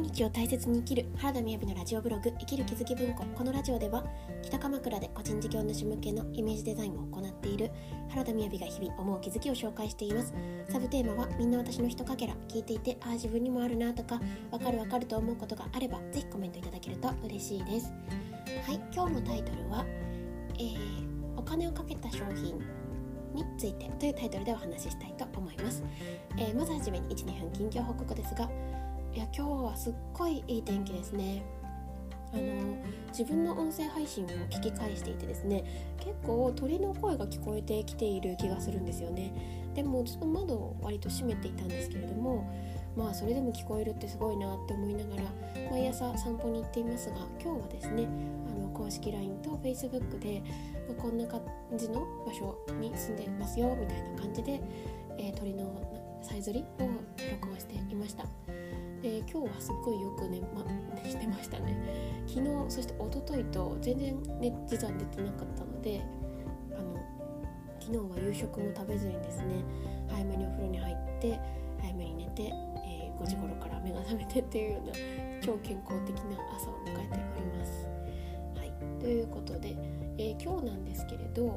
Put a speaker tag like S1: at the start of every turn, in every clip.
S1: 日を大切に生きる原田みやびのラジオブログ生きる気づき文庫。このラジオでは北鎌倉で個人事業主向けのイメージデザインを行っている原田みやびが日々思う気づきを紹介しています。サブテーマはみんな私のひとかけら。聞いていて自分にもあるなとかわかると思うことがあればぜひコメントいただけると嬉しいです。はい、今日のタイトルは、お金をかけた商品についてというタイトルでお話ししたいと思います。まずはじめに 1,2 分近況報告ですが、今日はすっごいいい天気ですね。自分の音声配信を聞き返していてですね、結構鳥の声が聞こえてきている気がするんですよね。でもちょっと窓を割と閉めていたんですけれども、それでも聞こえるってすごいなって思いながら毎朝散歩に行っていますが、今日はですね公式 LINE と Facebook で、こんな感じの場所に住んでますよみたいな感じで、鳥のさえずりを録音していました。で今日はすっごいよくしてましたね。昨日そして一昨日と全然実は寝てなかったので、昨日は夕食も食べずにですね、早めにお風呂に入って早めに寝て、5時頃から目が覚めてっていうような超健康的な朝を迎えております。はい、ということで、今日なんですけれど、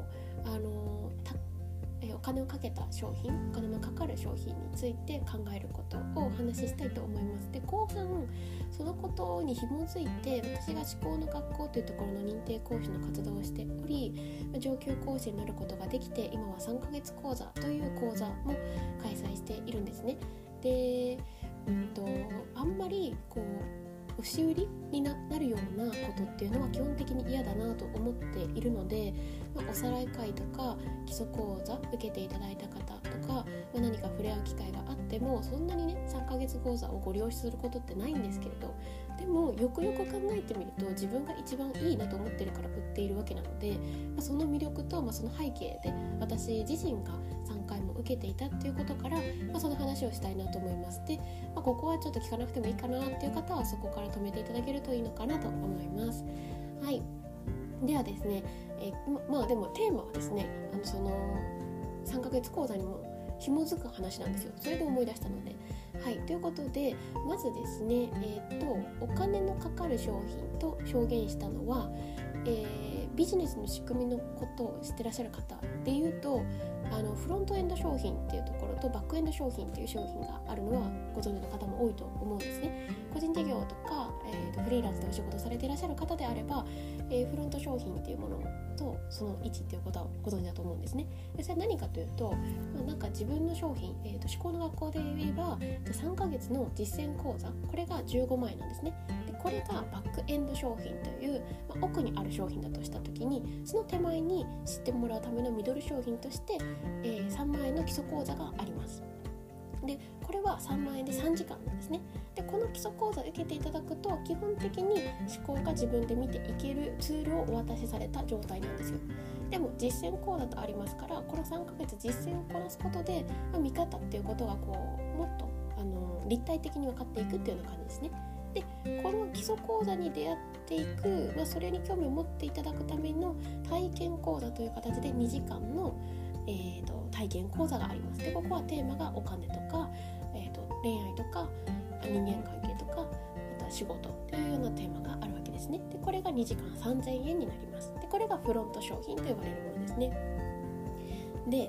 S1: お金をかけた商品、お金のかかる商品について考えることをお話ししたいと思います。で、後半そのことに紐づいて私が思考の学校というところの認定講師の活動をしており、上級講師になることができて、今は3ヶ月講座という講座も開催しているんですね。で、あんまり押し売りに なるようなことっていうのは基本的に嫌だなと思っているので、おさらい会とか基礎講座受けていただいた方とか、何か触れ合う機会があってもそんなにね3ヶ月講座をご利用することってないんですけれど、でもよくよく考えてみると自分が一番いいなと思ってるから売っているわけなので、その魅力と、その背景で私自身が3回も受けていたっていうことから、その話をしたいなと思います。で、ここはちょっと聞かなくてもいいかなっていう方はそこから止めていただけるといいのかなと思います。はい、ではですね、でもテーマはですね、その3ヶ月講座にも紐づく話なんですよ。それで思い出したので、はい、ということでまずですね、お金のかかる商品と表現したのは、ビジネスの仕組みのことを知ってらっしゃる方でいうと、フロントエンド商品っていうところとバックエンド商品っていう商品があるのはご存知の方も多いと思うんですね。個人事業とか、フリーランスでお仕事されていらっしゃる方であれば、フロント商品っていうものとその位置っていうことはご存知だと思うんですね。でそれは何かというと、自分の商品、思考の学校で言えば3ヶ月の実践講座、これが15万円なんですね。でこれがバックエンド商品という、奥にある商品だとしたときに、その手前に知ってもらうためのミドル商品として、3万円の基礎講座があります。でこれは3万円で3時間なんですね。でこの基礎講座を受けていただくと、基本的に思考が自分で見ていけるツールをお渡しされた状態なんですよ。でも実践講座とありますから、この3ヶ月実践をこなすことで、見方っていうことがもっと立体的に分かっていくっていうような感じですね。でこの基礎講座に出会っていく、それに興味を持っていただくための体験講座という形で2時間の、体験講座があります。でここはテーマがお金とか、恋愛とか人間関係とか、あとは仕事というようなテーマがあるわけですね。でこれが2時間3000円になります。でこれがフロント商品と呼ばれるものですね。で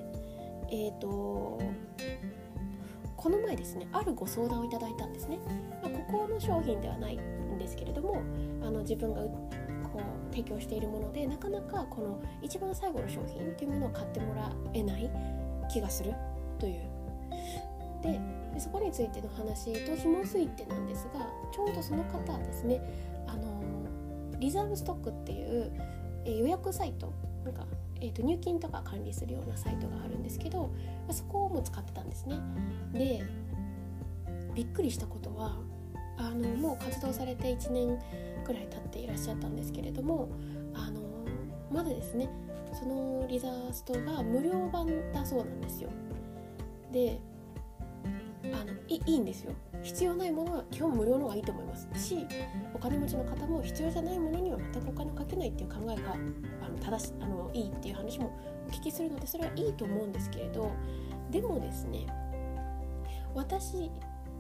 S1: この前ですね、あるご相談をいただいたんですね。ここの商品ではないんですけれども、自分が提供しているもので、なかなかこの一番最後の商品というものを買ってもらえない気がするという。でそこについての話と紐づいてなんですが、ちょうどその方はですね、リザーブストックっていう、予約サイト、入金とか管理するようなサイトがあるんですけど、そこも使ってたんですね。でびっくりしたことは、もう活動されて1年くらい経っていらっしゃったんですけれども、まだですねそのリザーストが無料版だそうなんですよ。でいいんですよ。必要ないものは基本無料の方がいいと思いますし、お金持ちの方も必要じゃないものには全くお金をかけないっていう考えがいいっていう話もお聞きするので、それはいいと思うんですけれど、でもですね、私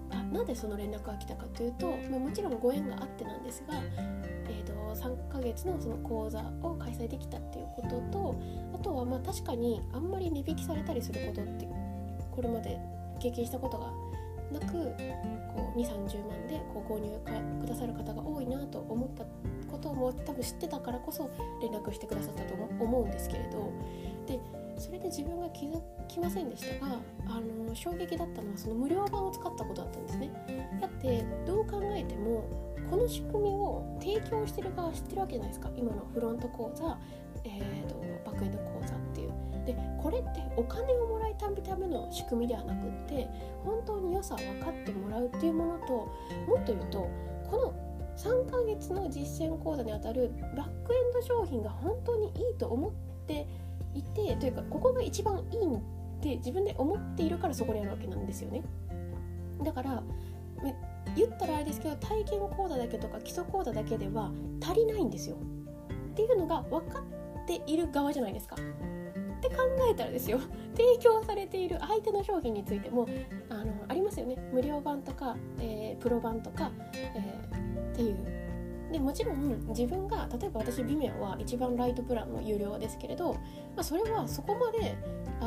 S1: なぜその連絡が来たかというと、もちろんご縁があってなんですが、3ヶ月のその講座を開催できたっていうことと、あとは確かにあんまり値引きされたりすることってこれまで経験したことがなく、こう 2,30 万でこう購入くださる方が多いなと思ったことも多分知ってたからこそ連絡してくださったと思うんですけれど、でそれで自分が気づきませんでしたが、衝撃だったのはその無料版を使ったことだったんですね。だってどう考えてもこの仕組みを提供してる側知ってるわけじゃないですか。今のフロント講座、バックエンド講座っていう。でこれってお金をもらいための仕組みではなくって、本当に良さを分かってもらうっていうものと、もっと言うとこの3ヶ月の実践講座にあたるバックエンド商品が本当にいいと思っていて、というかここが一番いいって自分で思っているからそこにあるわけなんですよね。だから言ったらあれですけど、体験講座だけとか基礎講座だけでは足りないんですよっていうのが分かっている側じゃないですかって考えたらですよ、提供されている相手の商品についてもありますよね。無料版とか、プロ版とか、っていうで、もちろん自分が例えば私 Vimeo は一番ライトプランの有料ですけれど、それはそこまで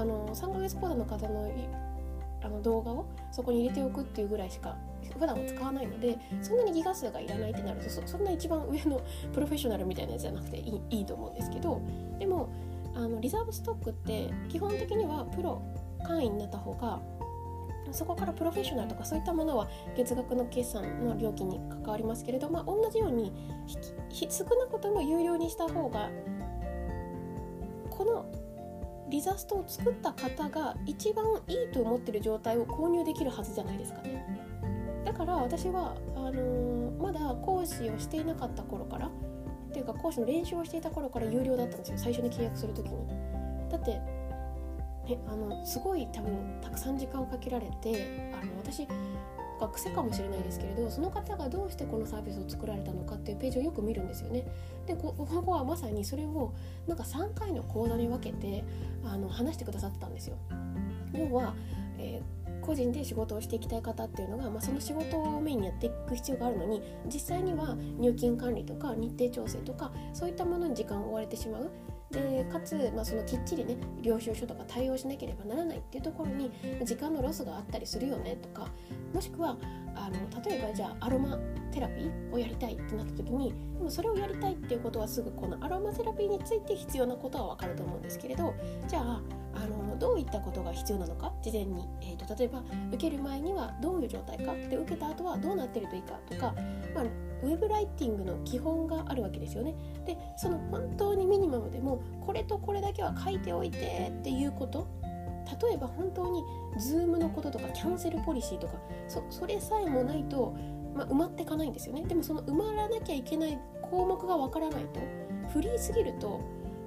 S1: 3ヶ月講座の方の動画をそこに入れておくっていうぐらいしか普段は使わないので、そんなにギガ数がいらないってなると そんな一番上のプロフェッショナルみたいなやつじゃなくていいと思うんですけど、でもリザーブストックって基本的にはプロ会員になった方が、そこからプロフェッショナルとかそういったものは月額の決算の料金に関わりますけれど、同じように少なくとも有料にした方がこのリザストを作った方が一番いいと思っている状態を購入できるはずじゃないですかね。だから私はまだ講師をしていなかった頃からっていうか講師の練習をしていた頃から有料だったんですよ、最初に契約するときに。だってすごい多分たくさん時間をかけられて、私が癖かもしれないですけれど、その方がどうしてこのサービスを作られたのかっていうページをよく見るんですよね。でここはまさにそれをなんか3回の講座に分けて話してくださってたんですよ。要は、個人で仕事をしていきたい方っていうのが、その仕事をメインにやっていく必要があるのに、実際には入金管理とか日程調整とかそういったものに時間を追われてしまう。でかつ、そのきっちりね領収書とか対応しなければならないっていうところに時間のロスがあったりするよねとか、もしくは例えばじゃあアロマテラピーをやりたいってなった時に、でもそれをやりたいっていうことはすぐこのアロマテラピーについて必要なことは分かると思うんですけれど、じゃあどういったことが必要なのか事前に、例えば受ける前にはどういう状態かで、受けた後はどうなってるといいかとか、ウェブライティングの基本があるわけですよね。でその本当にミニマムでもこれとこれだけは書いておいてっていうこと、例えば本当に Zoom のこととかキャンセルポリシーとか それさえもないと、埋まっていかないんですよね。でもその埋まらなきゃいけない項目がわからないと、フリーすぎると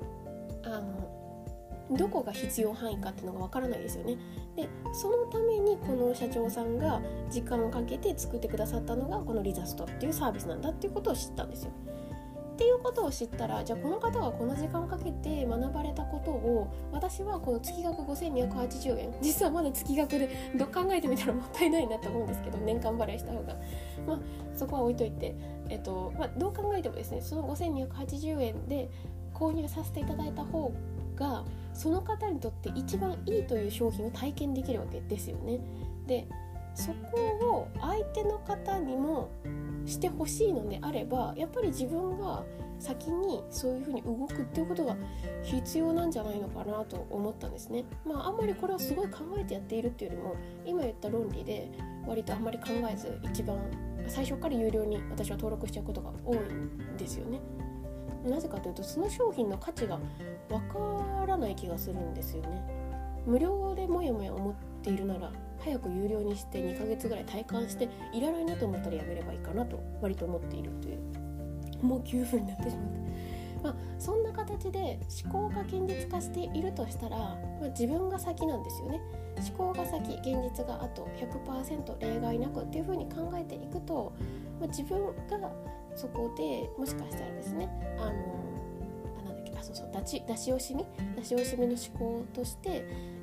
S1: どこが必要範囲かっていうのがわからないですよね。でそのためにこの社長さんが時間をかけて作ってくださったのがこのリザストっていうサービスなんだっていうことを知ったんですよ。っていうことを知ったら、じゃあこの方がこの時間をかけて学ばれたことを私はこの月額5280円、実はまだ月額でどう考えてみたらもったいないなと思うんですけど、年間払いした方がそこは置いといて、どう考えてもですね、その5280円で購入させていただいた方がその方にとって一番いいという商品を体験できるわけですよね。でそこを相手の方にもしてほしいのであれば、やっぱり自分が先にそういうふうに動くっていうことが必要なんじゃないのかなと思ったんですね。あんまりこれをすごい考えてやっているっていうよりも、今言った論理で割とあんまり考えず一番最初から有料に私は登録しちゃうことが多いんですよね。なぜかというとその商品の価値がわからない気がするんですよね。無料でもやもや思っているなら早く有料にして2ヶ月ぐらい体感していらないなと思ったらやめればいいかなと割と思っているという、もう9分になってしまって、そんな形で思考が現実化しているとしたら、自分が先なんですよね。思考が先、現実があと 100% 例外なくっていう風に考えていくと、自分がそこでもしかしたらですね、出し惜しみの思考として、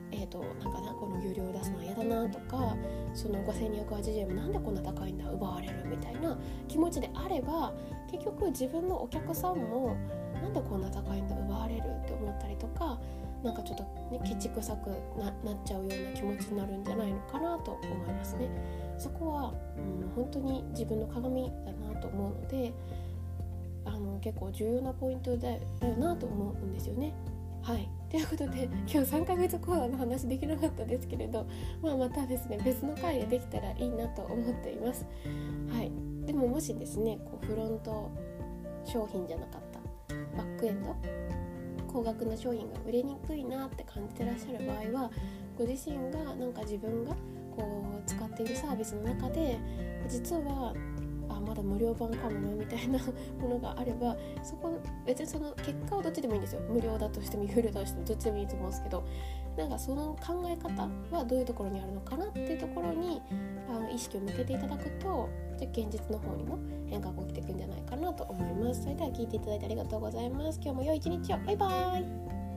S1: この有料を出すのは嫌だなとか、その5280円もなんでこんな高いんだ奪われるみたいな気持ちであれば、結局自分のお客さんもなんでこんな高いんだ奪われるって思ったりとか、なんかちょっとねケチくさく なっちゃうような気持ちになるんじゃないのかなと思いますね。そこは、本当に自分の鏡だなと思うので、結構重要なポイントだよなと思うんですよね。はい、ということで今日3ヶ月講座の話できなかったですけれど、またですね別の回でできたらいいなと思っています。はい、でももしですねフロント商品じゃなかったバックエンド高額な商品が売れにくいなって感じてらっしゃる場合は、ご自身が自分が使っているサービスの中で実はまだ無料版かもなみたいなものがあれば、そこ別にその結果はどっちでもいいんですよ。無料だとしても有料だとしてもどっちでもいいと思うんですけど、その考え方はどういうところにあるのかなっていうところに意識を向けていただくと、現実の方にも変化が起きていくんじゃないかなと思います。それでは聞いていただいてありがとうございます。今日も良い一日を。バイバイ。